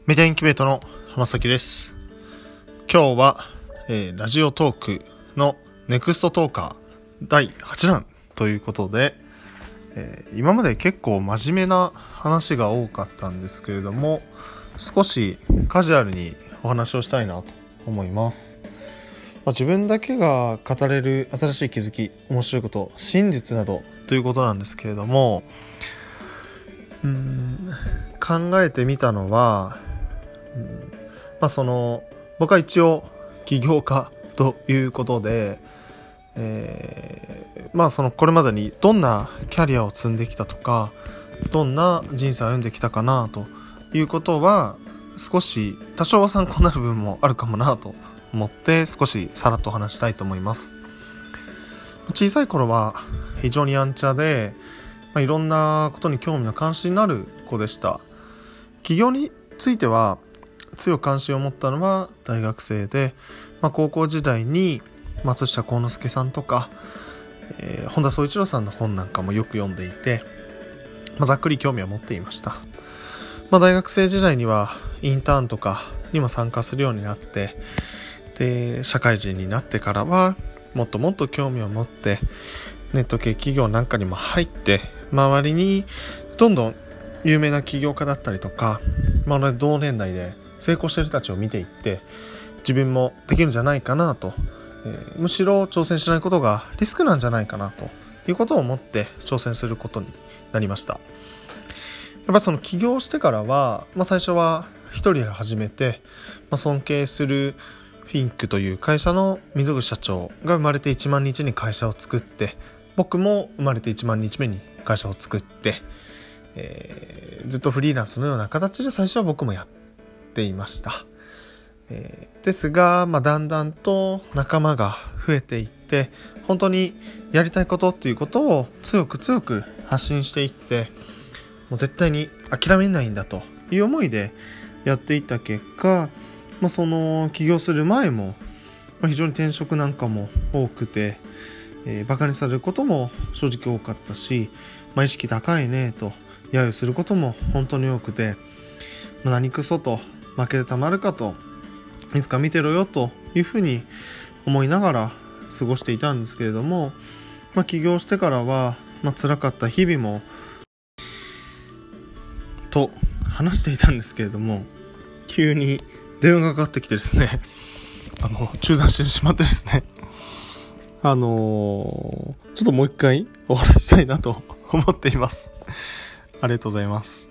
メディアインキュベートの浜崎です。今日は、ラジオトークのネクストトーカー第8弾ということで、今まで結構真面目な話が多かったんですけれども、少しカジュアルにお話をしたいなと思います。自分だけが語れる新しい気づき、面白いこと、真実などということなんですけれども、考えてみたのは、僕は一応起業家ということで、これまでにどんなキャリアを積んできたとか、どんな人生を歩んできたかなということは少し多少は参考になる部分もあるかもなと思って少しさらっと話したいと思います。小さい頃は非常にやんちゃで、いろんなことに興味の関心のある子でした。起業については強く関心を持ったのは大学生で、高校時代に松下幸之助さんとか、本田宗一郎さんの本なんかもよく読んでいて、ざっくり興味を持っていました。大学生時代にはインターンとかにも参加するようになって、で社会人になってからはもっともっと興味を持ってネット系企業なんかにも入って、周りにどんどん有名な起業家だったりとか、同年代で成功している人たちを見ていって、自分もできるんじゃないかなと、むしろ挑戦しないことがリスクなんじゃないかなということを思って挑戦することになりました。やっぱその起業してからは、最初は一人で始めて、尊敬するフィンクという会社の溝口社長が生まれて1万日に会社を作って、僕も生まれて1万日目に会社を作って、ずっとフリーランスのような形で最初は僕もやっていました。ですが、だんだんと仲間が増えていって、本当にやりたいことっていうことを強く発信していって、もう絶対に諦めないんだという思いでやっていった結果、その起業する前も、非常に転職なんかも多くて、バカにされることも正直多かったし、意識高いねと揶揄することも本当に多くて、何くそと、負けてたまるかと、いつか見てろよというふうに思いながら過ごしていたんですけれども、起業してからは、辛かった日々もと話していたんですけれども、急に電話がかかってきてですね、中断してしまってですね、ちょっともう一回お話したいなと思っています。ありがとうございます。